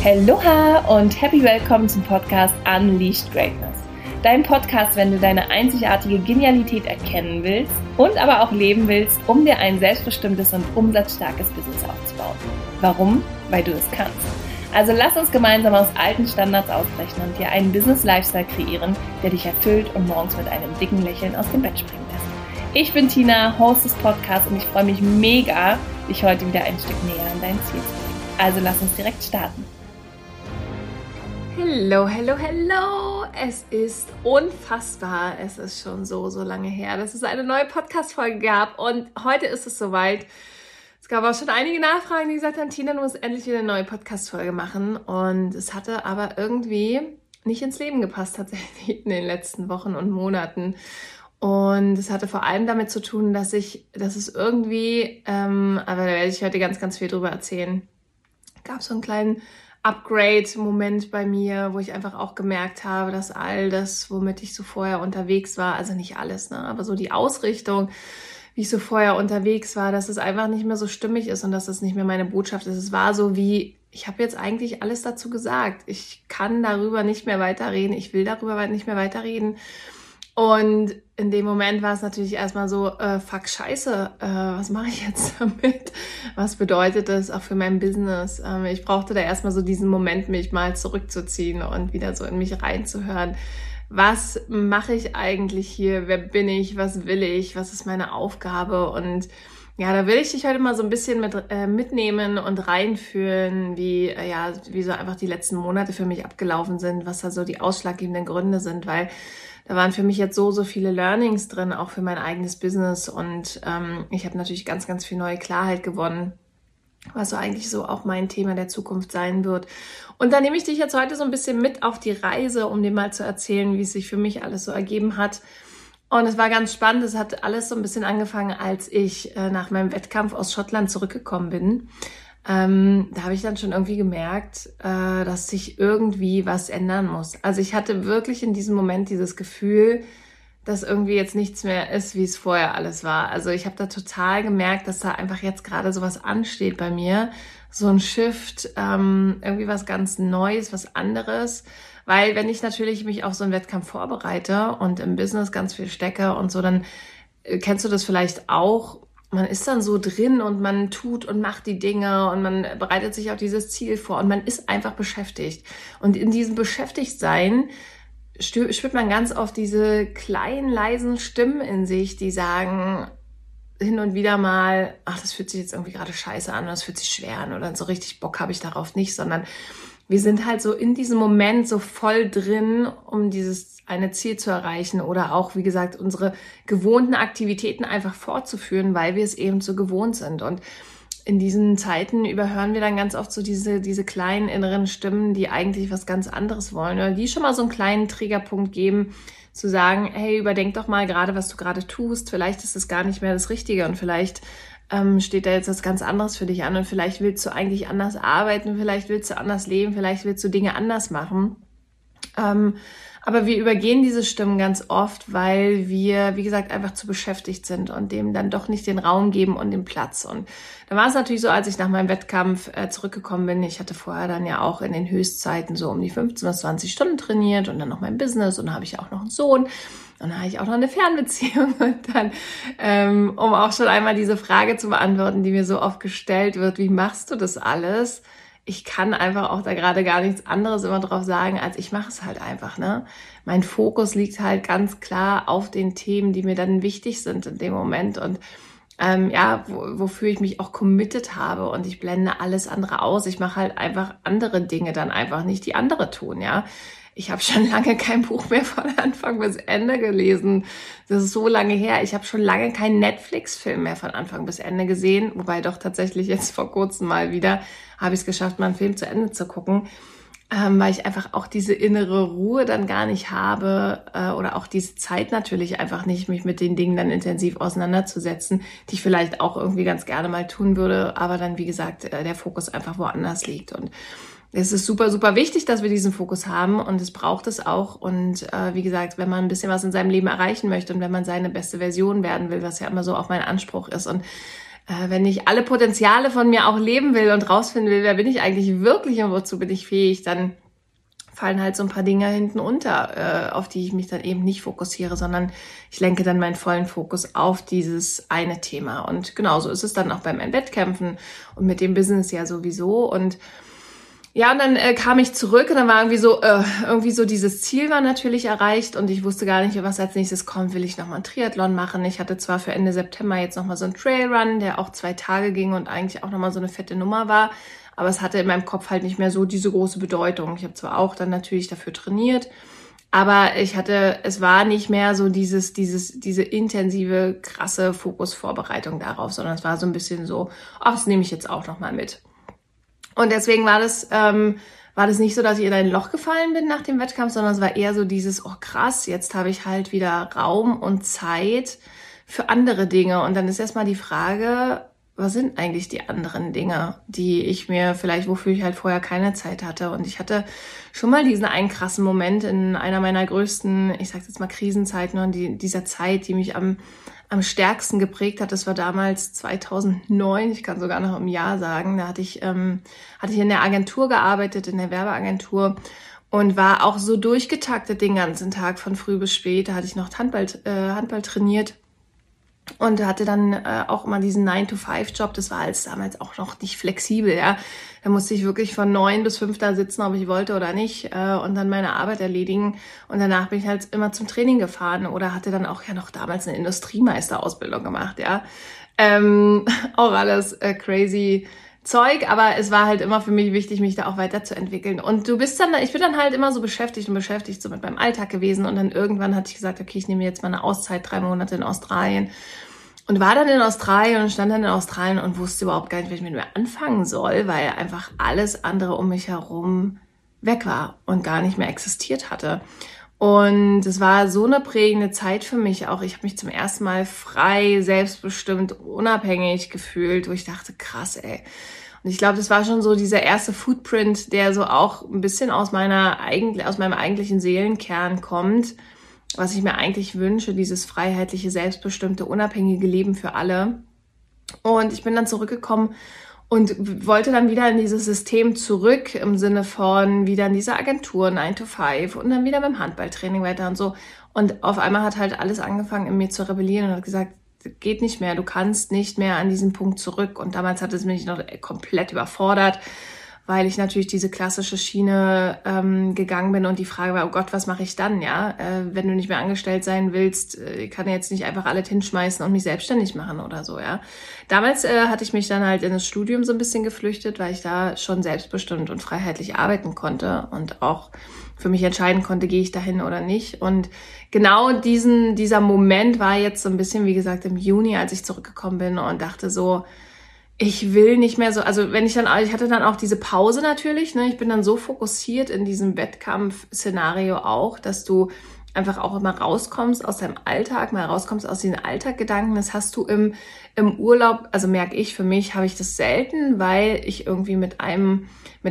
Aloha und happy welcome zum Podcast Unleashed Greatness. Dein Podcast, wenn du deine einzigartige Genialität erkennen willst und aber auch leben willst, um dir ein selbstbestimmtes und umsatzstarkes Business aufzubauen. Warum? Weil du es kannst. Also lass uns gemeinsam aus alten Standards ausbrechen und dir einen Business-Lifestyle kreieren, der dich erfüllt und morgens mit einem dicken Lächeln aus dem Bett springen lässt. Ich bin Tina, Host des Podcasts und ich freue mich mega, dich heute wieder ein Stück näher an dein Ziel zu bringen. Also lass uns direkt starten. Hello. Es ist unfassbar. Es ist schon so lange her, dass es eine neue Podcast-Folge gab. Und heute ist es soweit. Es gab auch schon einige Nachfragen, die gesagt haben, Tina, du musst endlich wieder eine neue Podcast-Folge machen. Und es hatte aber irgendwie nicht ins Leben gepasst, tatsächlich in den letzten Wochen und Monaten. Und es hatte vor allem damit zu tun, dass es irgendwie, aber da werde ich heute ganz viel drüber erzählen, gab so einen kleinen Upgrade-Moment bei mir, wo ich einfach auch gemerkt habe, dass all das, womit ich so vorher unterwegs war, also nicht alles, aber so die Ausrichtung, wie ich so vorher unterwegs war, dass es einfach nicht mehr so stimmig ist und dass es nicht mehr meine Botschaft ist. Es war so wie, ich habe jetzt eigentlich alles dazu gesagt. Ich kann darüber nicht mehr weiterreden. Ich will darüber nicht mehr weiterreden. Und in dem Moment war es natürlich erstmal so, fuck, scheiße, was mache ich jetzt damit? Was bedeutet das auch für mein Business? Ich brauchte da erstmal so diesen Moment, mich mal zurückzuziehen und wieder so in mich reinzuhören. Was mache ich eigentlich hier? Wer bin ich? Was will ich? Was ist meine Aufgabe? Und ja, da will ich dich heute mal so ein bisschen mitnehmen und reinführen, wie so einfach die letzten Monate für mich abgelaufen sind, was da so die ausschlaggebenden Gründe sind, weil da waren für mich jetzt so viele Learnings drin, auch für mein eigenes Business. Und ich habe natürlich ganz viel neue Klarheit gewonnen, was so eigentlich so auch mein Thema der Zukunft sein wird. Und da nehme ich dich jetzt heute so ein bisschen mit auf die Reise, um dir mal zu erzählen, wie es sich für mich alles so ergeben hat. Und es war ganz spannend. Es hat alles so ein bisschen angefangen, als ich nach meinem Wettkampf aus Schottland zurückgekommen bin. Da habe ich dann schon irgendwie gemerkt, dass sich irgendwie was ändern muss. Also ich hatte wirklich in diesem Moment dieses Gefühl, dass irgendwie jetzt nichts mehr ist, wie es vorher alles war. Also ich habe da total gemerkt, dass da einfach jetzt gerade sowas ansteht bei mir. So ein Shift, irgendwie was ganz Neues, was anderes. Weil wenn ich natürlich mich auf so einen Wettkampf vorbereite und im Business ganz viel stecke und so, dann kennst du das vielleicht auch. Man ist dann so drin und man tut und macht die Dinge und man bereitet sich auf dieses Ziel vor und man ist einfach beschäftigt. Und in diesem Beschäftigtsein spürt man ganz oft diese kleinen, leisen Stimmen in sich, die sagen hin und wieder mal, ach, das fühlt sich jetzt irgendwie gerade scheiße an oder das fühlt sich schwer an oder so richtig Bock habe ich darauf nicht, sondern wir sind halt so in diesem Moment so voll drin, um dieses eine Ziel zu erreichen oder auch, wie gesagt, unsere gewohnten Aktivitäten einfach fortzuführen, weil wir es eben so gewohnt sind. Und in diesen Zeiten überhören wir dann ganz oft so diese kleinen inneren Stimmen, die eigentlich was ganz anderes wollen oder die schon mal so einen kleinen Triggerpunkt geben, zu sagen, hey, überdenk doch mal gerade, was du gerade tust. Vielleicht ist es gar nicht mehr das Richtige und vielleicht steht da jetzt was ganz anderes für dich an und vielleicht willst du eigentlich anders arbeiten, vielleicht willst du anders leben, vielleicht willst du Dinge anders machen. Aber wir übergehen diese Stimmen ganz oft, weil wir, wie gesagt, einfach zu beschäftigt sind und dem dann doch nicht den Raum geben und den Platz. Und da war es natürlich so, als ich nach meinem Wettkampf zurückgekommen bin, ich hatte vorher dann ja auch in den Höchstzeiten so um die 15 bis 20 Stunden trainiert und dann noch mein Business und dann habe ich auch noch einen Sohn. Und dann habe ich auch noch eine Fernbeziehung und dann, um auch schon einmal diese Frage zu beantworten, die mir so oft gestellt wird, wie machst du das alles? Ich kann einfach auch da gerade gar nichts anderes immer drauf sagen, als ich mache es halt einfach, ne? Mein Fokus liegt halt ganz klar auf den Themen, die mir dann wichtig sind in dem Moment und wofür ich mich auch committed habe und ich blende alles andere aus. Ich mache halt einfach andere Dinge dann einfach nicht, die andere tun, ja. Ich habe schon lange kein Buch mehr von Anfang bis Ende gelesen. Das ist so lange her. Ich habe schon lange keinen Netflix-Film mehr von Anfang bis Ende gesehen. Wobei doch tatsächlich jetzt vor kurzem mal wieder habe ich es geschafft, mal einen Film zu Ende zu gucken. Weil ich einfach auch diese innere Ruhe dann gar nicht habe oder auch diese Zeit natürlich einfach nicht, mich mit den Dingen dann intensiv auseinanderzusetzen, die ich vielleicht auch irgendwie ganz gerne mal tun würde. Aber dann, wie gesagt, der Fokus einfach woanders liegt. Und es ist super wichtig, dass wir diesen Fokus haben und es braucht es auch. Und wie gesagt, wenn man ein bisschen was in seinem Leben erreichen möchte und wenn man seine beste Version werden will, was ja immer so auch mein Anspruch ist und wenn ich alle Potenziale von mir auch leben will und rausfinden will, wer bin ich eigentlich wirklich und wozu bin ich fähig, dann fallen halt so ein paar Dinge hinten unter, auf die ich mich dann eben nicht fokussiere, sondern ich lenke dann meinen vollen Fokus auf dieses eine Thema. Und genauso ist es dann auch bei meinen Wettkämpfen und mit dem Business ja sowieso. Und ja, und dann kam ich zurück und dann war irgendwie so dieses Ziel war natürlich erreicht und ich wusste gar nicht, was als nächstes kommt. Will ich nochmal einen Triathlon machen? Ich hatte zwar für Ende September jetzt nochmal so einen Trailrun, der auch 2 Tage ging und eigentlich auch nochmal so eine fette Nummer war, aber es hatte in meinem Kopf halt nicht mehr so diese große Bedeutung. Ich habe zwar auch dann natürlich dafür trainiert, aber es war nicht mehr so diese intensive, krasse Fokusvorbereitung darauf, sondern es war so ein bisschen so, ach, das nehme ich jetzt auch nochmal mit. Und deswegen war das nicht so, dass ich in ein Loch gefallen bin nach dem Wettkampf, sondern es war eher so dieses, oh krass, jetzt habe ich halt wieder Raum und Zeit für andere Dinge. Und dann ist erstmal die Frage, was sind eigentlich die anderen Dinge, wofür ich halt vorher keine Zeit hatte. Und ich hatte schon mal diesen einen krassen Moment in einer meiner größten, ich sag jetzt mal Krisenzeiten und dieser Zeit, die mich am stärksten geprägt hat. Das war damals 2009, ich kann sogar noch im Jahr sagen, da hatte ich in der Agentur gearbeitet, in der Werbeagentur und war auch so durchgetaktet den ganzen Tag von früh bis spät. Da hatte ich noch Handball trainiert und hatte dann auch immer diesen 9-to-5-Job. Das war als damals auch noch nicht flexibel, ja. Da musste ich wirklich von 9 bis 5 da sitzen, ob ich wollte oder nicht, und dann meine Arbeit erledigen. Und danach bin ich halt immer zum Training gefahren oder hatte dann auch ja noch damals eine Industriemeisterausbildung gemacht, ja. Auch alles crazy Zeug, aber es war halt immer für mich wichtig, mich da auch weiterzuentwickeln. Und ich bin dann halt immer so beschäftigt so mit meinem Alltag gewesen. Und dann irgendwann hatte ich gesagt, okay, ich nehme mir jetzt mal eine Auszeit, 3 Monate in Australien. Und war dann in Australien und stand dann in Australien und wusste überhaupt gar nicht, was ich mit mir anfangen soll, weil einfach alles andere um mich herum weg war und gar nicht mehr existiert hatte. Und es war so eine prägende Zeit für mich auch. Ich habe mich zum ersten Mal frei, selbstbestimmt, unabhängig gefühlt, wo ich dachte, krass, ey. Und ich glaube, das war schon so dieser erste Footprint, der so auch ein bisschen aus meinem eigentlichen Seelenkern kommt, was ich mir eigentlich wünsche, dieses freiheitliche, selbstbestimmte, unabhängige Leben für alle. Und ich bin dann zurückgekommen und wollte dann wieder in dieses System zurück, im Sinne von wieder in diese Agentur 9-to-5 und dann wieder beim Handballtraining weiter und so. Und auf einmal hat halt alles angefangen, in mir zu rebellieren und hat gesagt, geht nicht mehr, du kannst nicht mehr an diesen Punkt zurück. Und damals hat es mich noch komplett überfordert, weil ich natürlich diese klassische Schiene gegangen bin und die Frage war, oh Gott, was mache ich dann, ja? Wenn du nicht mehr angestellt sein willst, kann ich jetzt nicht einfach alles hinschmeißen und mich selbstständig machen oder so, ja? Damals hatte ich mich dann halt in das Studium so ein bisschen geflüchtet, weil ich da schon selbstbestimmt und freiheitlich arbeiten konnte und auch für mich entscheiden konnte, gehe ich dahin oder nicht. Und genau dieser Moment war jetzt so ein bisschen, wie gesagt, im Juni, als ich zurückgekommen bin und dachte so, ich will nicht mehr so, also ich hatte dann auch diese Pause natürlich, ne? Ich bin dann so fokussiert in diesem Wettkampf-Szenario auch, dass du einfach auch immer rauskommst aus deinem Alltag, mal rauskommst aus diesen Alltaggedanken. Das hast du im Urlaub, also merke ich, für mich habe ich das selten, weil ich irgendwie mit einem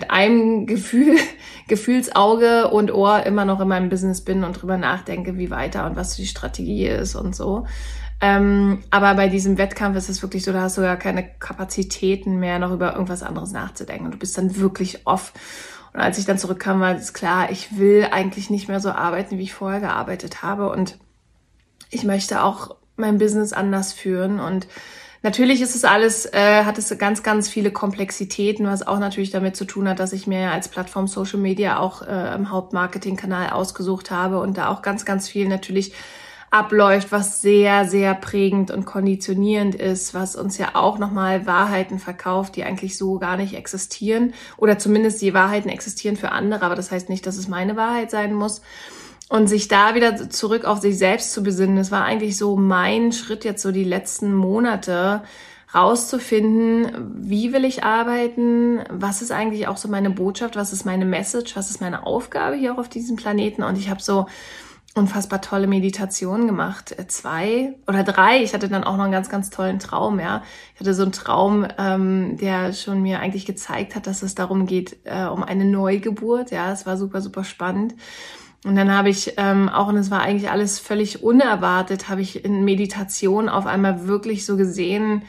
Gefühlsauge und Ohr immer noch in meinem Business bin und drüber nachdenke, wie weiter und was die Strategie ist und so. Aber bei diesem Wettkampf ist es wirklich so, da hast du ja keine Kapazitäten mehr, noch über irgendwas anderes nachzudenken. Und du bist dann wirklich off. Und als ich dann zurückkam, war es klar, ich will eigentlich nicht mehr so arbeiten, wie ich vorher gearbeitet habe. Und ich möchte auch mein Business anders führen. Und natürlich ist es alles, hat es ganz, ganz viele Komplexitäten, was auch natürlich damit zu tun hat, dass ich mir als Plattform Social Media auch im Hauptmarketingkanal ausgesucht habe und da auch ganz, ganz viel natürlich abläuft, was sehr, sehr prägend und konditionierend ist, was uns ja auch nochmal Wahrheiten verkauft, die eigentlich so gar nicht existieren oder zumindest die Wahrheiten existieren für andere, aber das heißt nicht, dass es meine Wahrheit sein muss. Und sich da wieder zurück auf sich selbst zu besinnen, das war eigentlich so mein Schritt jetzt so die letzten Monate, rauszufinden, wie will ich arbeiten, was ist eigentlich auch so meine Botschaft, was ist meine Message, was ist meine Aufgabe hier auch auf diesem Planeten. Und ich habe so unfassbar tolle Meditationen gemacht, 2 oder 3. Ich hatte dann auch noch einen ganz, ganz tollen Traum, ja. Ich hatte so einen Traum, der schon mir eigentlich gezeigt hat, dass es darum geht, um eine Neugeburt, ja. Es war super, super spannend. Und dann habe ich und es war eigentlich alles völlig unerwartet, habe ich in Meditation auf einmal wirklich so gesehen,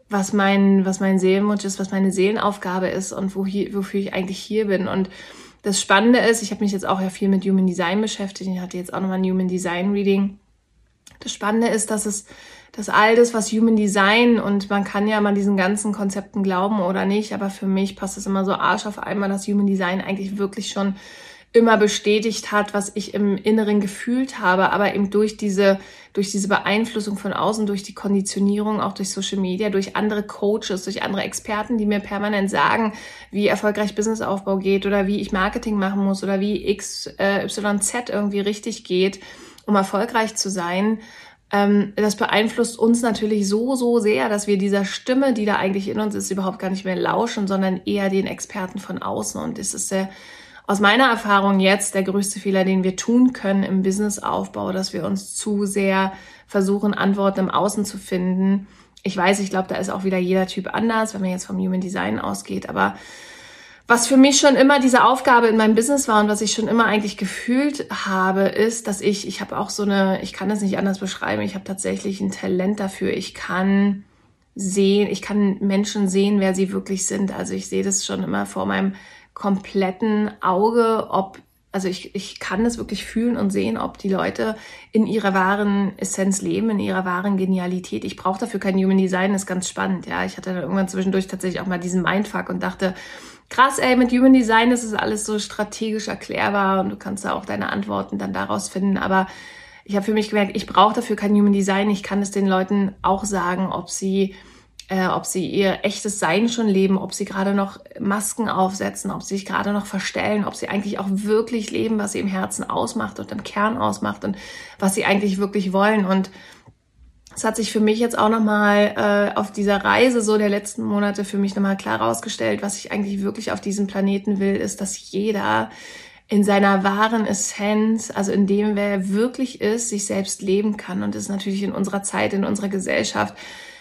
was mein Seelenwunsch ist, was meine Seelenaufgabe ist und wofür ich eigentlich hier bin. Und das Spannende ist, ich habe mich jetzt auch ja viel mit Human Design beschäftigt. Ich hatte jetzt auch nochmal ein Human Design Reading. Das Spannende ist, dass all das, was Human Design, und man kann ja mal diesen ganzen Konzepten glauben oder nicht, aber für mich passt es immer so Arsch auf einmal, dass Human Design eigentlich wirklich schon immer bestätigt hat, was ich im Inneren gefühlt habe, aber eben durch diese Beeinflussung von außen, durch die Konditionierung, auch durch Social Media, durch andere Coaches, durch andere Experten, die mir permanent sagen, wie erfolgreich Businessaufbau geht oder wie ich Marketing machen muss oder wie XYZ irgendwie richtig geht, um erfolgreich zu sein. Das beeinflusst uns natürlich so sehr, dass wir dieser Stimme, die da eigentlich in uns ist, überhaupt gar nicht mehr lauschen, sondern eher den Experten von außen. Und das ist aus meiner Erfahrung jetzt der größte Fehler, den wir tun können im Businessaufbau, dass wir uns zu sehr versuchen, Antworten im Außen zu finden. Ich glaube, da ist auch wieder jeder Typ anders, wenn man jetzt vom Human Design ausgeht. Aber was für mich schon immer diese Aufgabe in meinem Business war und was ich schon immer eigentlich gefühlt habe, ist, dass ich habe auch ich kann das nicht anders beschreiben, ich habe tatsächlich ein Talent dafür. Ich kann Menschen sehen, wer sie wirklich sind. Also ich sehe das schon immer vor meinem kompletten Auge, ich kann es wirklich fühlen und sehen, ob die Leute in ihrer wahren Essenz leben, in ihrer wahren Genialität. Ich brauche dafür kein Human Design, das ist ganz spannend. Ja, ich hatte dann irgendwann zwischendurch tatsächlich auch mal diesen Mindfuck und dachte, krass, mit Human Design ist es alles so strategisch erklärbar und du kannst da auch deine Antworten dann daraus finden. Aber ich habe für mich gemerkt, ich brauche dafür kein Human Design. Ich kann es den Leuten auch sagen, ob sie ihr echtes Sein schon leben, ob sie gerade noch Masken aufsetzen, ob sie sich gerade noch verstellen, ob sie eigentlich auch wirklich leben, was sie im Herzen ausmacht und im Kern ausmacht und was sie eigentlich wirklich wollen. Und es hat sich für mich jetzt auch nochmal auf dieser Reise so der letzten Monate für mich nochmal klar herausgestellt, was ich eigentlich wirklich auf diesem Planeten will, ist, dass jeder in seiner wahren Essenz, also in dem, wer er wirklich ist, sich selbst leben kann. Und das ist natürlich in unserer Zeit, in unserer Gesellschaft,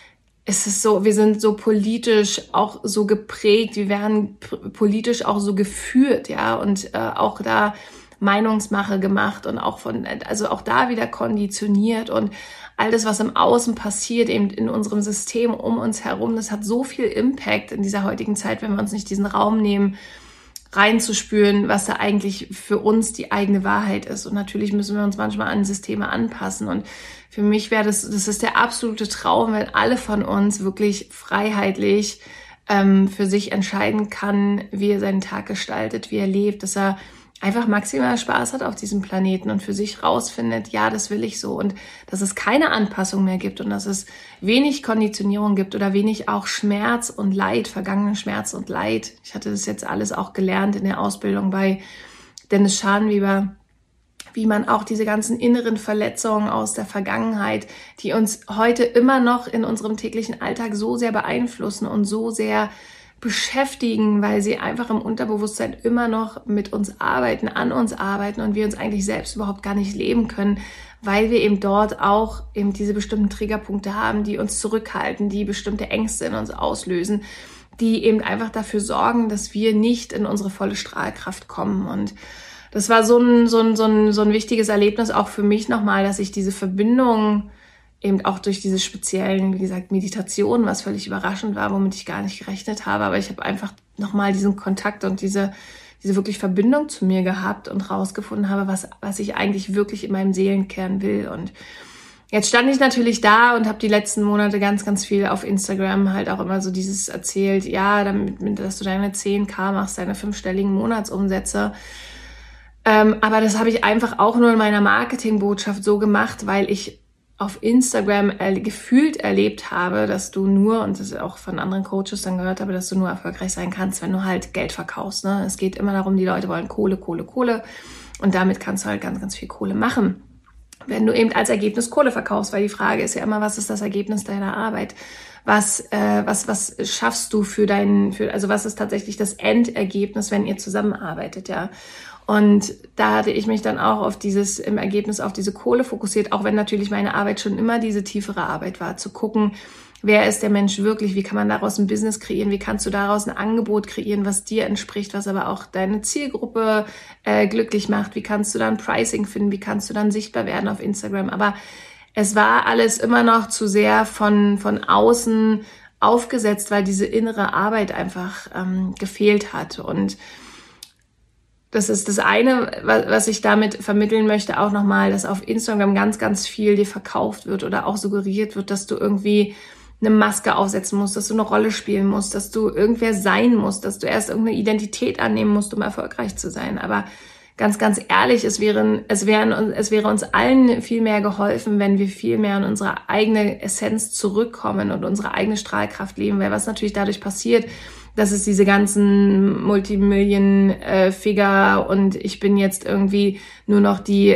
es ist so, wir sind so politisch auch so geprägt, wir werden politisch auch so geführt, ja, und auch da Meinungsmache gemacht und auch auch da wieder konditioniert und all das, was im Außen passiert, eben in unserem System um uns herum, das hat so viel Impact in dieser heutigen Zeit, wenn wir uns nicht diesen Raum nehmen, reinzuspüren, was da eigentlich für uns die eigene Wahrheit ist. Und natürlich müssen wir uns manchmal an Systeme anpassen. Und für mich wäre das ist der absolute Traum, wenn alle von uns wirklich freiheitlich für sich entscheiden kann, wie er seinen Tag gestaltet, wie er lebt, dass er einfach maximal Spaß hat auf diesem Planeten und für sich rausfindet, ja, das will ich so, und dass es keine Anpassung mehr gibt und dass es wenig Konditionierung gibt oder wenig auch Schmerz und Leid, vergangenen Schmerz und Leid. Ich hatte das jetzt alles auch gelernt in der Ausbildung bei Dennis Scharnweber, wie man auch diese ganzen inneren Verletzungen aus der Vergangenheit, die uns heute immer noch in unserem täglichen Alltag so sehr beeinflussen und so sehr beschäftigen, weil sie einfach im Unterbewusstsein immer noch mit uns arbeiten, an uns arbeiten und wir uns eigentlich selbst überhaupt gar nicht leben können, weil wir eben dort auch eben diese bestimmten Triggerpunkte haben, die uns zurückhalten, die bestimmte Ängste in uns auslösen, die eben einfach dafür sorgen, dass wir nicht in unsere volle Strahlkraft kommen. Und das war so ein wichtiges Erlebnis auch für mich nochmal, dass ich diese Verbindung eben auch durch diese speziellen, wie gesagt, Meditationen, was völlig überraschend war, womit ich gar nicht gerechnet habe. Aber ich habe einfach nochmal diesen Kontakt und diese wirklich Verbindung zu mir gehabt und rausgefunden habe, was ich eigentlich wirklich in meinem Seelenkern will. Und jetzt stand ich natürlich da und habe die letzten Monate ganz, ganz viel auf Instagram halt auch immer so dieses erzählt, ja, dass du deine 10.000 machst, deine 5-stelligen Monatsumsätze. Aber das habe ich einfach auch nur in meiner Marketingbotschaft so gemacht, weil ich auf Instagram gefühlt erlebt habe, dass du nur, und das auch von anderen Coaches dann gehört habe, dass du nur erfolgreich sein kannst, wenn du halt Geld verkaufst. Ne? Es geht immer darum, die Leute wollen Kohle, Kohle, Kohle, und damit kannst du halt ganz, ganz viel Kohle machen, wenn du eben als Ergebnis Kohle verkaufst, weil die Frage ist ja immer, was ist das Ergebnis deiner Arbeit? Was schaffst du also was ist tatsächlich das Endergebnis, wenn ihr zusammenarbeitet, ja? Und da hatte ich mich dann auch im Ergebnis auf diese Kohle fokussiert, auch wenn natürlich meine Arbeit schon immer diese tiefere Arbeit war, zu gucken, wer ist der Mensch wirklich, wie kann man daraus ein Business kreieren, wie kannst du daraus ein Angebot kreieren, was dir entspricht, was aber auch deine Zielgruppe glücklich macht, wie kannst du dann Pricing finden, wie kannst du dann sichtbar werden auf Instagram. Aber es war alles immer noch zu sehr von außen aufgesetzt, weil diese innere Arbeit einfach gefehlt hat. Und das ist das eine, was ich damit vermitteln möchte, auch nochmal, dass auf Instagram ganz, ganz viel dir verkauft wird oder auch suggeriert wird, dass du irgendwie eine Maske aufsetzen musst, dass du eine Rolle spielen musst, dass du irgendwer sein musst, dass du erst irgendeine Identität annehmen musst, um erfolgreich zu sein. Aber ganz, ganz ehrlich, es wäre uns allen viel mehr geholfen, wenn wir viel mehr in unsere eigene Essenz zurückkommen und unsere eigene Strahlkraft leben, weil was natürlich dadurch passiert, dass es diese ganzen Multimillion-Figure und ich bin jetzt irgendwie nur noch die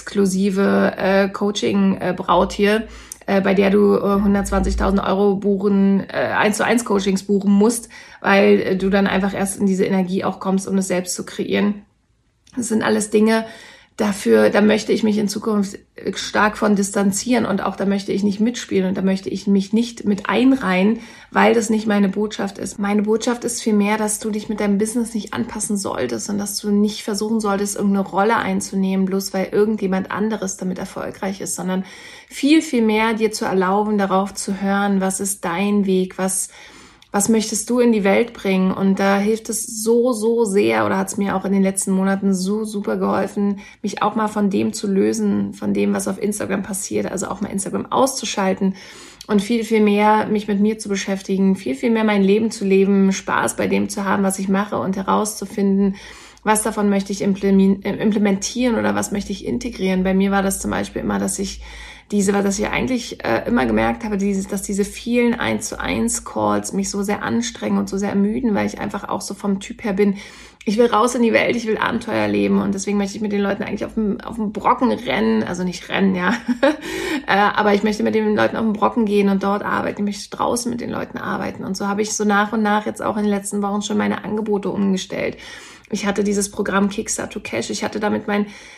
exklusive Coaching-Braut hier, bei der du 120.000 Euro buchen, 1:1 Coachings buchen musst, weil du dann einfach erst in diese Energie auch kommst, um es selbst zu kreieren. Das sind alles Dinge, da möchte ich mich in Zukunft stark von distanzieren und auch da möchte ich nicht mitspielen und da möchte ich mich nicht mit einreihen, weil das nicht meine Botschaft ist. Meine Botschaft ist vielmehr, dass du dich mit deinem Business nicht anpassen solltest und dass du nicht versuchen solltest, irgendeine Rolle einzunehmen, bloß weil irgendjemand anderes damit erfolgreich ist, sondern viel, viel mehr dir zu erlauben, darauf zu hören, was ist dein Weg, was möchtest du in die Welt bringen? Und da hilft es so, so sehr oder hat es mir auch in den letzten Monaten so super geholfen, mich auch mal von dem zu lösen, von dem, was auf Instagram passiert, also auch mal Instagram auszuschalten und viel, viel mehr mich mit mir zu beschäftigen, viel, viel mehr mein Leben zu leben, Spaß bei dem zu haben, was ich mache und herauszufinden, was davon möchte ich implementieren oder was möchte ich integrieren. Bei mir war das zum Beispiel immer, dass ich eigentlich immer gemerkt habe, dass diese vielen 1:1 Calls mich so sehr anstrengen und so sehr ermüden, weil ich einfach auch so vom Typ her bin, ich will raus in die Welt, ich will Abenteuer erleben und deswegen möchte ich mit den Leuten eigentlich auf dem Brocken rennen, also nicht rennen, ja, aber ich möchte mit den Leuten auf den Brocken gehen und dort arbeiten, ich möchte draußen mit den Leuten arbeiten und so habe ich so nach und nach jetzt auch in den letzten Wochen schon meine Angebote umgestellt. Ich hatte dieses Programm Kickstart to Cash. Ich hatte damit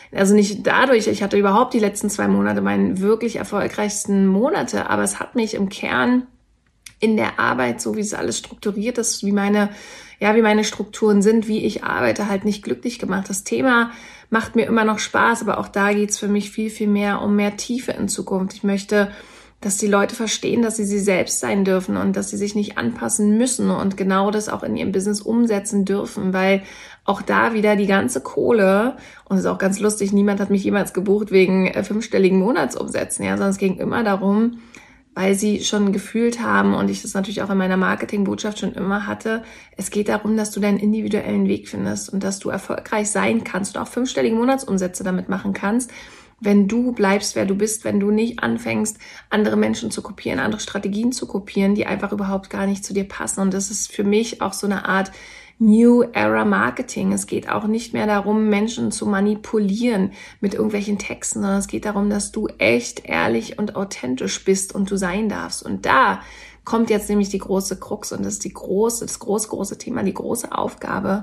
ich hatte überhaupt die letzten 2 Monate meinen wirklich erfolgreichsten Monate, aber es hat mich im Kern in der Arbeit, so wie es alles strukturiert ist, wie meine Strukturen sind, wie ich arbeite, halt nicht glücklich gemacht. Das Thema macht mir immer noch Spaß, aber auch da geht's für mich viel, viel mehr um mehr Tiefe in Zukunft. Ich möchte, dass die Leute verstehen, dass sie selbst sein dürfen und dass sie sich nicht anpassen müssen und genau das auch in ihrem Business umsetzen dürfen, weil auch da wieder die ganze Kohle, und es ist auch ganz lustig, niemand hat mich jemals gebucht wegen 5-stelligen Monatsumsätzen, ja, sondern es ging immer darum, weil sie schon gefühlt haben und ich das natürlich auch in meiner Marketingbotschaft schon immer hatte, es geht darum, dass du deinen individuellen Weg findest und dass du erfolgreich sein kannst und auch 5-stellige Monatsumsätze damit machen kannst, wenn du bleibst, wer du bist, wenn du nicht anfängst, andere Menschen zu kopieren, andere Strategien zu kopieren, die einfach überhaupt gar nicht zu dir passen. Und das ist für mich auch so eine Art New Era Marketing. Es geht auch nicht mehr darum, Menschen zu manipulieren mit irgendwelchen Texten, sondern es geht darum, dass du echt, ehrlich und authentisch bist und du sein darfst. Und da kommt jetzt nämlich die große Krux und das ist das große Thema, die große Aufgabe.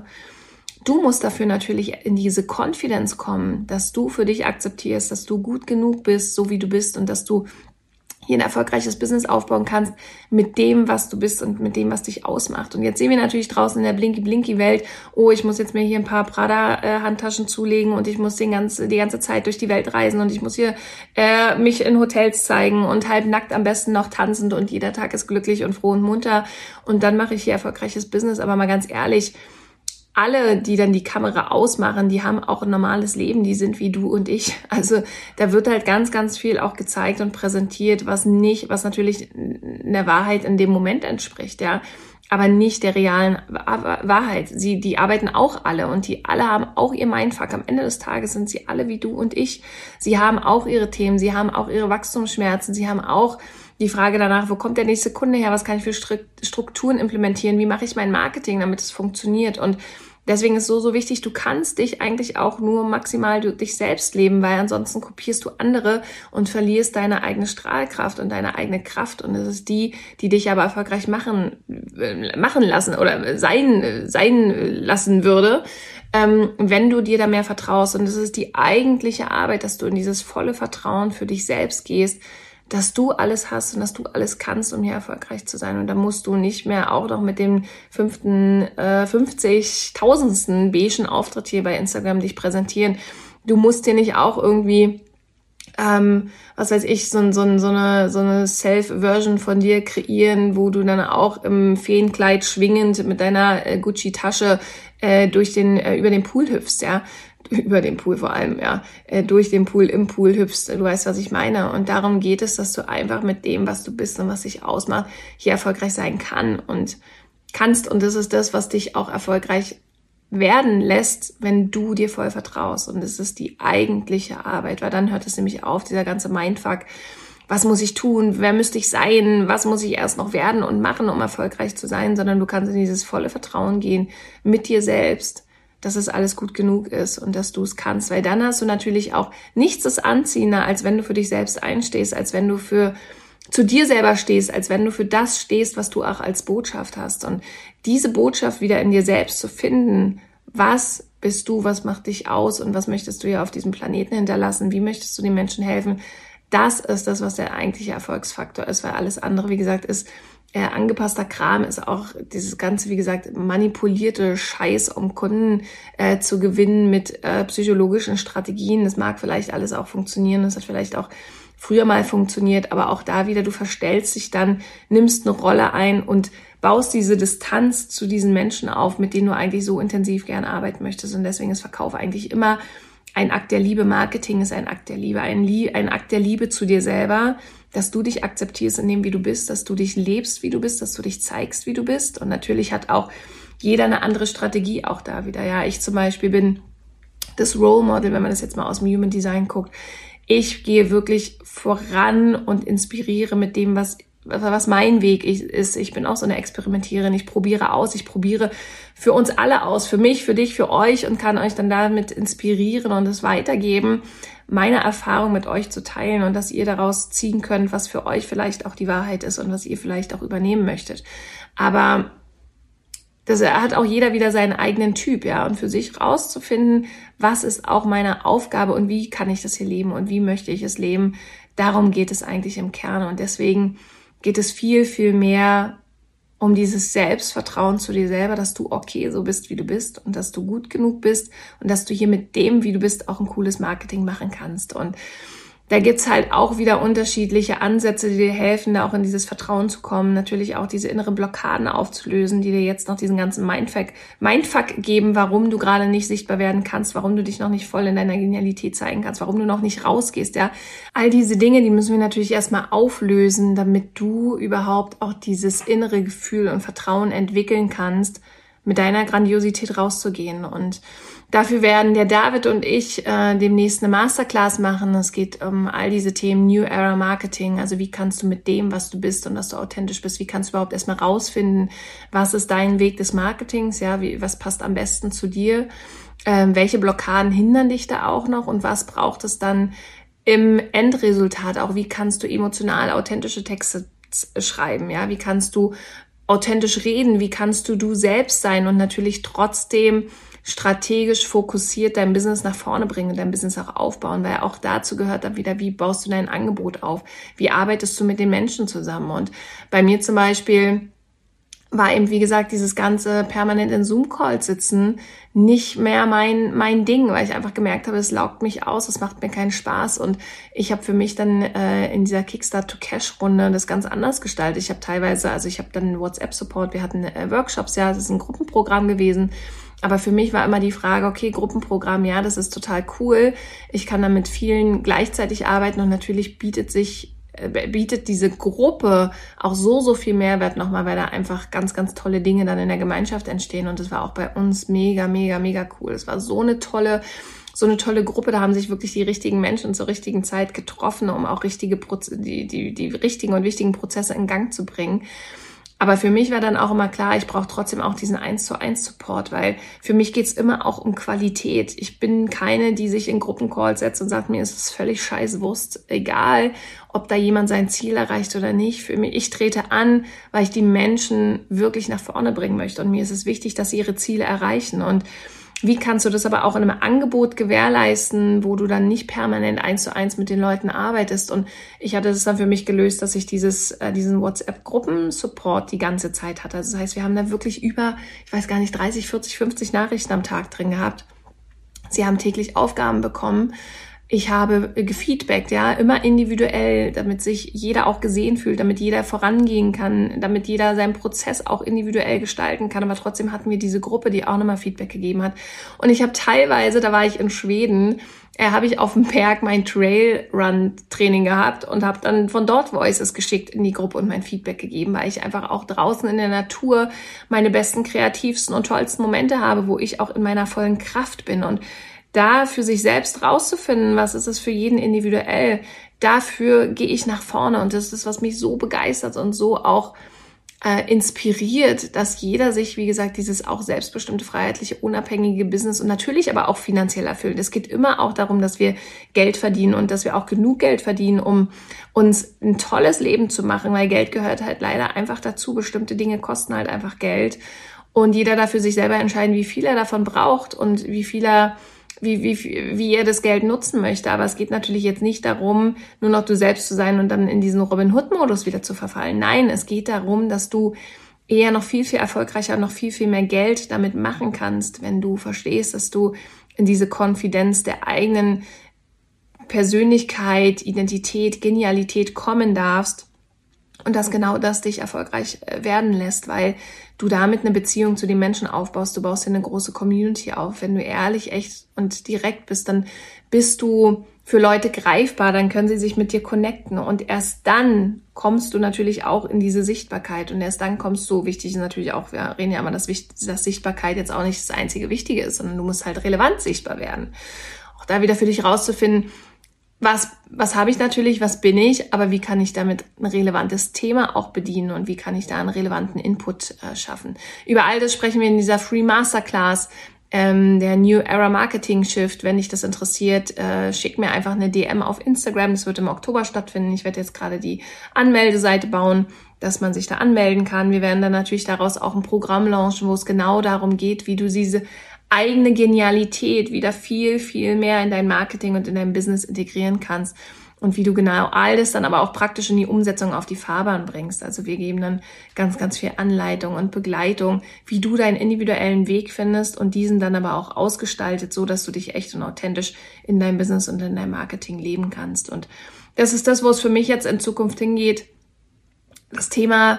Du musst dafür natürlich in diese Confidence kommen, dass du für dich akzeptierst, dass du gut genug bist, so wie du bist und dass du hier ein erfolgreiches Business aufbauen kannst mit dem, was du bist und mit dem, was dich ausmacht. Und jetzt sehen wir natürlich draußen in der Blinky-Blinky-Welt, oh, ich muss jetzt mir hier ein paar Prada-Handtaschen zulegen und ich muss die ganze Zeit durch die Welt reisen und ich muss hier mich in Hotels zeigen und halb nackt am besten noch tanzend und jeder Tag ist glücklich und froh und munter und dann mache ich hier erfolgreiches Business. Aber mal ganz ehrlich, alle, die dann die Kamera ausmachen, die haben auch ein normales Leben, die sind wie du und ich. Also da wird halt ganz, ganz viel auch gezeigt und präsentiert, was natürlich der Wahrheit in dem Moment entspricht, ja, aber nicht der realen Wahrheit. Die arbeiten auch alle und die alle haben auch ihr Mindfuck. Am Ende des Tages sind sie alle wie du und ich. Sie haben auch ihre Themen, sie haben auch ihre Wachstumsschmerzen, sie haben auch die Frage danach, wo kommt der nächste Kunde her, was kann ich für Strukturen implementieren, wie mache ich mein Marketing, damit es funktioniert. Und deswegen ist so wichtig, du kannst dich eigentlich auch nur maximal dich selbst leben, weil ansonsten kopierst du andere und verlierst deine eigene Strahlkraft und deine eigene Kraft. Und es ist die dich aber erfolgreich machen lassen oder sein lassen würde, wenn du dir da mehr vertraust. Und es ist die eigentliche Arbeit, dass du in dieses volle Vertrauen für dich selbst gehst, dass du alles hast und dass du alles kannst, um hier erfolgreich zu sein. Und da musst du nicht mehr auch noch mit dem 50.000. beigen Auftritt hier bei Instagram dich präsentieren. Du musst dir nicht auch irgendwie was weiß ich, so eine Self-Version von dir kreieren, wo du dann auch im Feenkleid schwingend mit deiner Gucci-Tasche über den Pool hüpfst, ja. Über den Pool vor allem, ja. Durch den Pool, im Pool hüpfst. Du weißt, was ich meine. Und darum geht es, dass du einfach mit dem, was du bist und was dich ausmacht, hier erfolgreich sein kannst. Und das ist das, was dich auch erfolgreich werden lässt, wenn du dir voll vertraust. Und das ist die eigentliche Arbeit, weil dann hört es nämlich auf, dieser ganze Mindfuck. Was muss ich tun? Wer müsste ich sein? Was muss ich erst noch werden und machen, um erfolgreich zu sein? Sondern du kannst in dieses volle Vertrauen gehen mit dir selbst, dass es alles gut genug ist und dass du es kannst. Weil dann hast du natürlich auch nichts ist anziehender, als wenn du für dich selbst einstehst, als wenn du zu dir selber stehst, als wenn du für das stehst, was du auch als Botschaft hast. Und diese Botschaft wieder in dir selbst zu finden, was bist du, was macht dich aus und was möchtest du hier auf diesem Planeten hinterlassen, wie möchtest du den Menschen helfen, das ist das, was der eigentliche Erfolgsfaktor ist, weil alles andere, wie gesagt, ist angepasster Kram, ist auch dieses ganze, wie gesagt, manipulierte Scheiß, um Kunden zu gewinnen mit psychologischen Strategien. Das mag vielleicht alles auch funktionieren, das hat vielleicht auch früher mal funktioniert, aber auch da wieder, du verstellst dich dann, nimmst eine Rolle ein und baust diese Distanz zu diesen Menschen auf, mit denen du eigentlich so intensiv gern arbeiten möchtest. Und deswegen ist Verkauf eigentlich immer ein Akt der Liebe. Marketing ist ein Akt der Liebe, ein Akt der Liebe zu dir selber, dass du dich akzeptierst in dem, wie du bist, dass du dich lebst, wie du bist, dass du dich zeigst, wie du bist. Und natürlich hat auch jeder eine andere Strategie auch da wieder. Ja, ich zum Beispiel bin das Role Model, wenn man das jetzt mal aus dem Human Design guckt. Ich gehe wirklich voran und inspiriere mit dem, was mein Weg ist. Ich bin auch so eine Experimentiererin. Ich probiere aus. Ich probiere für uns alle aus. Für mich, für dich, für euch und kann euch dann damit inspirieren und es weitergeben, meine Erfahrung mit euch zu teilen und dass ihr daraus ziehen könnt, was für euch vielleicht auch die Wahrheit ist und was ihr vielleicht auch übernehmen möchtet. Aber das hat auch jeder wieder seinen eigenen Typ, ja, und für sich rauszufinden, was ist auch meine Aufgabe und wie kann ich das hier leben und wie möchte ich es leben, darum geht es eigentlich im Kern und deswegen geht es viel, viel mehr um dieses Selbstvertrauen zu dir selber, dass du okay so bist, wie du bist und dass du gut genug bist und dass du hier mit dem, wie du bist, auch ein cooles Marketing machen kannst. Und da gibt's halt auch wieder unterschiedliche Ansätze, die dir helfen, da auch in dieses Vertrauen zu kommen. Natürlich auch diese inneren Blockaden aufzulösen, die dir jetzt noch diesen ganzen Mindfuck geben, warum du gerade nicht sichtbar werden kannst, warum du dich noch nicht voll in deiner Genialität zeigen kannst, warum du noch nicht rausgehst, ja. All diese Dinge, die müssen wir natürlich erstmal auflösen, damit du überhaupt auch dieses innere Gefühl und Vertrauen entwickeln kannst, mit deiner Grandiosität rauszugehen. Und dafür werden der David und ich demnächst eine Masterclass machen. Es geht um all diese Themen New Era Marketing. Also wie kannst du mit dem, was du bist und dass du authentisch bist, wie kannst du überhaupt erstmal rausfinden, was ist dein Weg des Marketings, ja, was passt am besten zu dir, welche Blockaden hindern dich da auch noch und was braucht es dann im Endresultat auch, wie kannst du emotional authentische Texte schreiben, ja, wie kannst du authentisch reden, wie kannst du selbst sein und natürlich trotzdem strategisch fokussiert dein Business nach vorne bringen und dein Business auch aufbauen, weil auch dazu gehört dann wieder, wie baust du dein Angebot auf, wie arbeitest du mit den Menschen zusammen und bei mir zum Beispiel war eben, wie gesagt, dieses ganze permanent in Zoom-Calls sitzen nicht mehr mein Ding, weil ich einfach gemerkt habe, es laugt mich aus, es macht mir keinen Spaß und ich habe für mich dann in dieser Kickstart-to-Cash-Runde das ganz anders gestaltet. Ich habe dann einen WhatsApp-Support, wir hatten Workshops, ja, das ist ein Gruppenprogramm gewesen, aber für mich war immer die Frage, okay, Gruppenprogramm, ja, das ist total cool, ich kann dann mit vielen gleichzeitig arbeiten und natürlich bietet diese Gruppe auch so viel Mehrwert nochmal, weil da einfach ganz, ganz tolle Dinge dann in der Gemeinschaft entstehen und das war auch bei uns mega, mega, mega cool. Es war so eine tolle Gruppe, da haben sich wirklich die richtigen Menschen zur richtigen Zeit getroffen, um auch die richtigen und wichtigen Prozesse in Gang zu bringen. Aber für mich war dann auch immer klar, ich brauche trotzdem auch diesen 1:1 Support, weil für mich geht's immer auch um Qualität. Ich bin keine, die sich in Gruppencalls setzt und sagt, mir ist es völlig scheißwurst, egal, ob da jemand sein Ziel erreicht oder nicht. Für mich, ich trete an, weil ich die Menschen wirklich nach vorne bringen möchte. Und mir ist es wichtig, dass sie ihre Ziele erreichen. Und wie kannst du das aber auch in einem Angebot gewährleisten, wo du dann nicht permanent 1:1 mit den Leuten arbeitest? Und ich hatte das dann für mich gelöst, dass ich diesen WhatsApp-Gruppen-Support die ganze Zeit hatte. Also das heißt, wir haben da wirklich über, 30, 40, 50 Nachrichten am Tag drin gehabt. Sie haben täglich Aufgaben bekommen, Ich habe gefeedbackt, ja, immer individuell, damit sich jeder auch gesehen fühlt, damit jeder vorangehen kann, damit jeder seinen Prozess auch individuell gestalten kann. Aber trotzdem hatten wir diese Gruppe, die auch nochmal Feedback gegeben hat. Und ich habe teilweise, da war ich in Schweden, habe ich auf dem Berg mein Trailrun-Training gehabt und habe dann von dort Voices geschickt in die Gruppe und mein Feedback gegeben, weil ich einfach auch draußen in der Natur meine besten, kreativsten und tollsten Momente habe, wo ich auch in meiner vollen Kraft bin. Und da für sich selbst rauszufinden, was ist es für jeden individuell, dafür gehe ich nach vorne. Und das ist, was mich so begeistert und so auch inspiriert, dass jeder sich, wie gesagt, dieses auch selbstbestimmte, freiheitliche, unabhängige Business und natürlich aber auch finanziell erfüllt. Es geht immer auch darum, dass wir Geld verdienen und dass wir auch genug Geld verdienen, um uns ein tolles Leben zu machen, weil Geld gehört halt leider einfach dazu. Bestimmte Dinge kosten halt einfach Geld und jeder darf für sich selber entscheiden, wie viel er davon braucht und wie er das Geld nutzen möchte. Aber es geht natürlich jetzt nicht darum, nur noch du selbst zu sein und dann in diesen Robin-Hood-Modus wieder zu verfallen. Nein, es geht darum, dass du eher noch viel, viel erfolgreicher und noch viel, viel mehr Geld damit machen kannst, wenn du verstehst, dass du in diese Konfidenz der eigenen Persönlichkeit, Identität, Genialität kommen darfst und dass genau das dich erfolgreich werden lässt, weil du damit eine Beziehung zu den Menschen aufbaust. Du baust dir eine große Community auf. Wenn du ehrlich, echt und direkt bist, dann bist du für Leute greifbar, dann können sie sich mit dir connecten und erst dann kommst du natürlich auch in diese Sichtbarkeit und erst dann kommst du, wichtig ist natürlich auch, wir reden ja immer, dass Sichtbarkeit jetzt auch nicht das einzige Wichtige ist, sondern du musst halt relevant sichtbar werden. Auch da wieder für dich rauszufinden, was habe ich natürlich, was bin ich, aber wie kann ich damit ein relevantes Thema auch bedienen und wie kann ich da einen relevanten Input schaffen. Über all das sprechen wir in dieser Free Masterclass, der New Era Marketing Shift. Wenn dich das interessiert, schick mir einfach eine DM auf Instagram. Das wird im Oktober stattfinden. Ich werde jetzt gerade die Anmeldeseite bauen, dass man sich da anmelden kann. Wir werden dann natürlich daraus auch ein Programm launchen, wo es genau darum geht, wie du diese eigene Genialität wieder viel, viel mehr in dein Marketing und in dein Business integrieren kannst und wie du genau all das dann aber auch praktisch in die Umsetzung auf die Fahrbahn bringst. Also wir geben dann ganz, ganz viel Anleitung und Begleitung, wie du deinen individuellen Weg findest und diesen dann aber auch ausgestaltet, so dass du dich echt und authentisch in deinem Business und in deinem Marketing leben kannst. Und das ist das, wo es für mich jetzt in Zukunft hingeht. Das Thema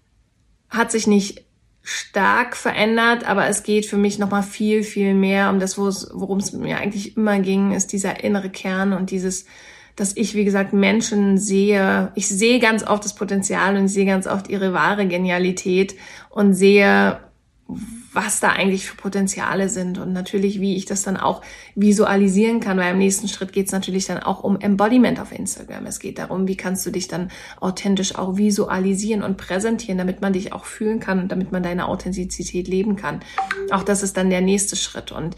hat sich nicht stark verändert, aber es geht für mich nochmal viel, viel mehr um das, worum es mir eigentlich immer ging, ist dieser innere Kern und dieses, dass ich, wie gesagt, Menschen sehe. Ich sehe ganz oft das Potenzial und ich sehe ganz oft ihre wahre Genialität und sehe, was da eigentlich für Potenziale sind und natürlich, wie ich das dann auch visualisieren kann, weil im nächsten Schritt geht es natürlich dann auch um Embodiment auf Instagram. Es geht darum, wie kannst du dich dann authentisch auch visualisieren und präsentieren, damit man dich auch fühlen kann und damit man deine Authentizität leben kann. Auch das ist dann der nächste Schritt und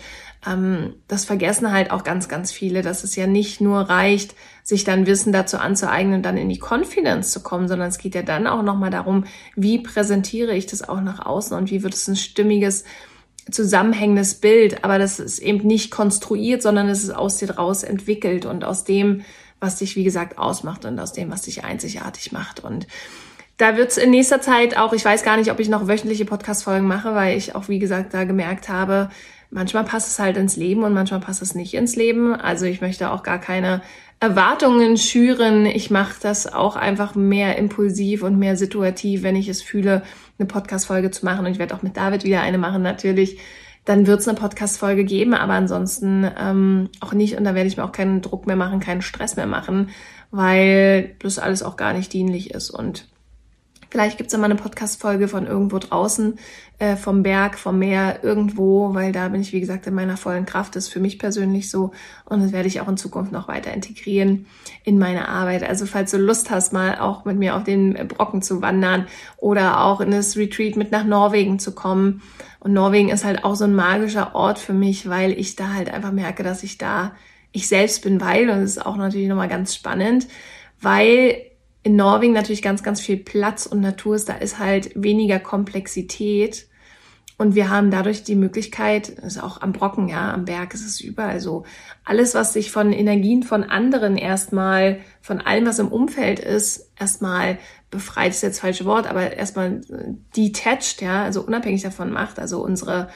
das vergessen halt auch ganz, ganz viele, dass es ja nicht nur reicht, sich dann Wissen dazu anzueignen und dann in die Confidence zu kommen, sondern es geht ja dann auch nochmal darum, wie präsentiere ich das auch nach außen und wie wird es ein stimmiges, zusammenhängendes Bild. Aber das ist eben nicht konstruiert, sondern es ist aus dir raus entwickelt und aus dem, was dich, wie gesagt, ausmacht und aus dem, was dich einzigartig macht. Und da wird es in nächster Zeit auch, ich weiß gar nicht, ob ich noch wöchentliche Podcast-Folgen mache, weil ich auch, wie gesagt, da gemerkt habe, manchmal passt es halt ins Leben und manchmal passt es nicht ins Leben. Also ich möchte auch gar keine Erwartungen schüren. Ich mache das auch einfach mehr impulsiv und mehr situativ, wenn ich es fühle, eine Podcast-Folge zu machen. Und ich werde auch mit David wieder eine machen natürlich. Dann wird es eine Podcast-Folge geben, aber ansonsten auch nicht. Und da werde ich mir auch keinen Druck mehr machen, keinen Stress mehr machen, weil das alles auch gar nicht dienlich ist. Und vielleicht gibt es ja mal eine Podcast-Folge von irgendwo draußen, vom Berg, vom Meer, irgendwo, weil da bin ich, wie gesagt, in meiner vollen Kraft. Das ist für mich persönlich so und das werde ich auch in Zukunft noch weiter integrieren in meine Arbeit. Also falls du Lust hast, mal auch mit mir auf den Brocken zu wandern oder auch in das Retreat mit nach Norwegen zu kommen. Und Norwegen ist halt auch so ein magischer Ort für mich, weil ich da halt einfach merke, dass ich da ich selbst bin, und das ist auch natürlich nochmal ganz spannend, weil in Norwegen natürlich ganz, ganz viel Platz und Natur ist, da ist halt weniger Komplexität und wir haben dadurch die Möglichkeit, das ist auch am Brocken, ja, am Berg ist es überall so, alles, was sich von Energien von anderen erstmal, von allem, was im Umfeld ist, erstmal befreit, ist jetzt das falsche Wort, aber erstmal detached, ja, also unabhängig davon macht, also unsere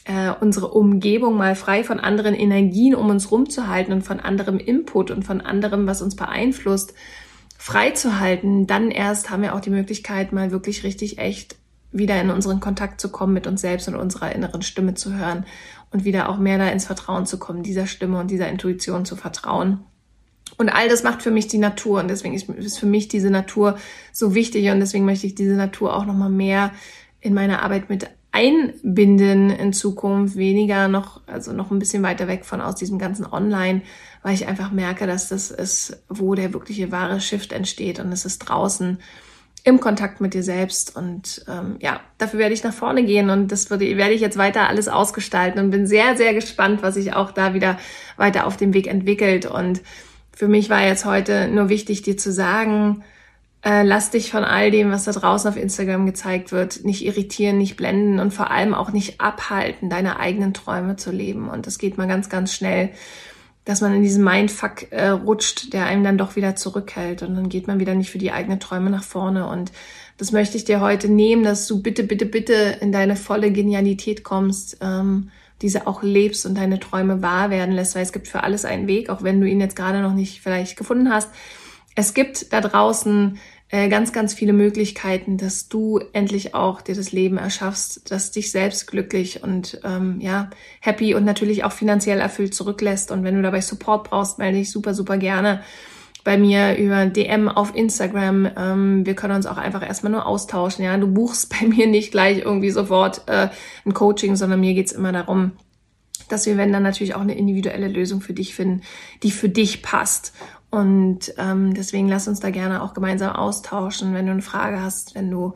unsere Umgebung mal frei von anderen Energien um uns rumzuhalten und von anderem Input und von anderem, was uns beeinflusst, freizuhalten, dann erst haben wir auch die Möglichkeit, mal wirklich richtig echt wieder in unseren Kontakt zu kommen mit uns selbst und unserer inneren Stimme zu hören und wieder auch mehr da ins Vertrauen zu kommen, dieser Stimme und dieser Intuition zu vertrauen. Und all das macht für mich die Natur und deswegen ist für mich diese Natur so wichtig und deswegen möchte ich diese Natur auch nochmal mehr in meine Arbeit mit einbinden in Zukunft, weniger noch ein bisschen weiter weg von aus diesem ganzen Online, weil ich einfach merke, dass das ist, wo der wirkliche wahre Shift entsteht und es ist draußen im Kontakt mit dir selbst und dafür werde ich nach vorne gehen und das werde ich jetzt weiter alles ausgestalten und bin sehr, sehr gespannt, was sich auch da wieder weiter auf dem Weg entwickelt und für mich war jetzt heute nur wichtig, dir zu sagen, lass dich von all dem, was da draußen auf Instagram gezeigt wird, nicht irritieren, nicht blenden und vor allem auch nicht abhalten, deine eigenen Träume zu leben. Und das geht mal ganz, ganz schnell, dass man in diesen Mindfuck rutscht, der einem dann doch wieder zurückhält. Und dann geht man wieder nicht für die eigenen Träume nach vorne. Und das möchte ich dir heute nehmen, dass du bitte, bitte, bitte in deine volle Genialität kommst, diese auch lebst und deine Träume wahr werden lässt. Weil es gibt für alles einen Weg, auch wenn du ihn jetzt gerade noch nicht vielleicht gefunden hast. Es gibt da draußen ganz, ganz viele Möglichkeiten, dass du endlich auch dir das Leben erschaffst, das dich selbst glücklich und happy und natürlich auch finanziell erfüllt zurücklässt. Und wenn du dabei Support brauchst, melde dich super, super gerne bei mir über DM auf Instagram. Wir können uns auch einfach erstmal nur austauschen. Ja, du buchst bei mir nicht gleich irgendwie sofort ein Coaching, sondern mir geht's immer darum, dass wir dann natürlich auch eine individuelle Lösung für dich finden, die für dich passt. Und deswegen lass uns da gerne auch gemeinsam austauschen, wenn du eine Frage hast, wenn du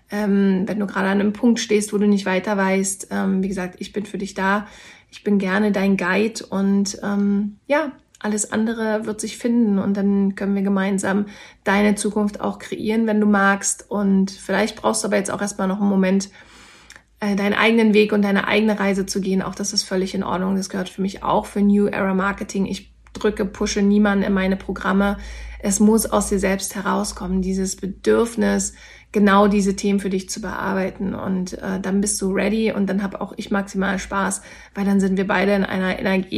gerade an einem Punkt stehst, wo du nicht weiter weißt. Wie gesagt, ich bin für dich da. Ich bin gerne dein Guide und alles andere wird sich finden und dann können wir gemeinsam deine Zukunft auch kreieren, wenn du magst. Und vielleicht brauchst du aber jetzt auch erstmal noch einen Moment, deinen eigenen Weg und deine eigene Reise zu gehen. Auch das ist völlig in Ordnung. Das gehört für mich auch für New Era Marketing. Ich pushe niemanden in meine Programme. Es muss aus dir selbst herauskommen, dieses Bedürfnis, genau diese Themen für dich zu bearbeiten. Und dann bist du ready und dann habe auch ich maximal Spaß, weil dann sind wir beide in einer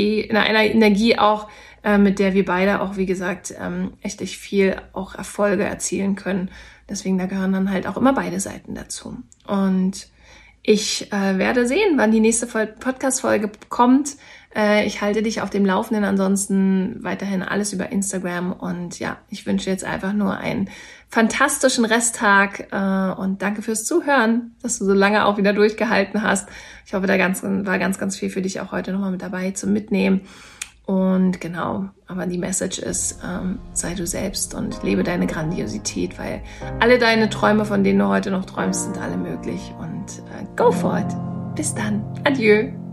Energie auch, mit der wir beide auch, wie gesagt, echt viel auch Erfolge erzielen können. Deswegen, da gehören dann halt auch immer beide Seiten dazu. Und ich werde sehen, wann die nächste Podcast-Folge kommt. Ich halte dich auf dem Laufenden, ansonsten weiterhin alles über Instagram und ja, ich wünsche jetzt einfach nur einen fantastischen Resttag und danke fürs Zuhören, dass du so lange auch wieder durchgehalten hast. Ich hoffe, da war ganz, ganz viel für dich auch heute nochmal mit dabei zum Mitnehmen und genau, aber die Message ist, sei du selbst und lebe deine Grandiosität, weil alle deine Träume, von denen du heute noch träumst, sind alle möglich und go for it. Bis dann. Adieu.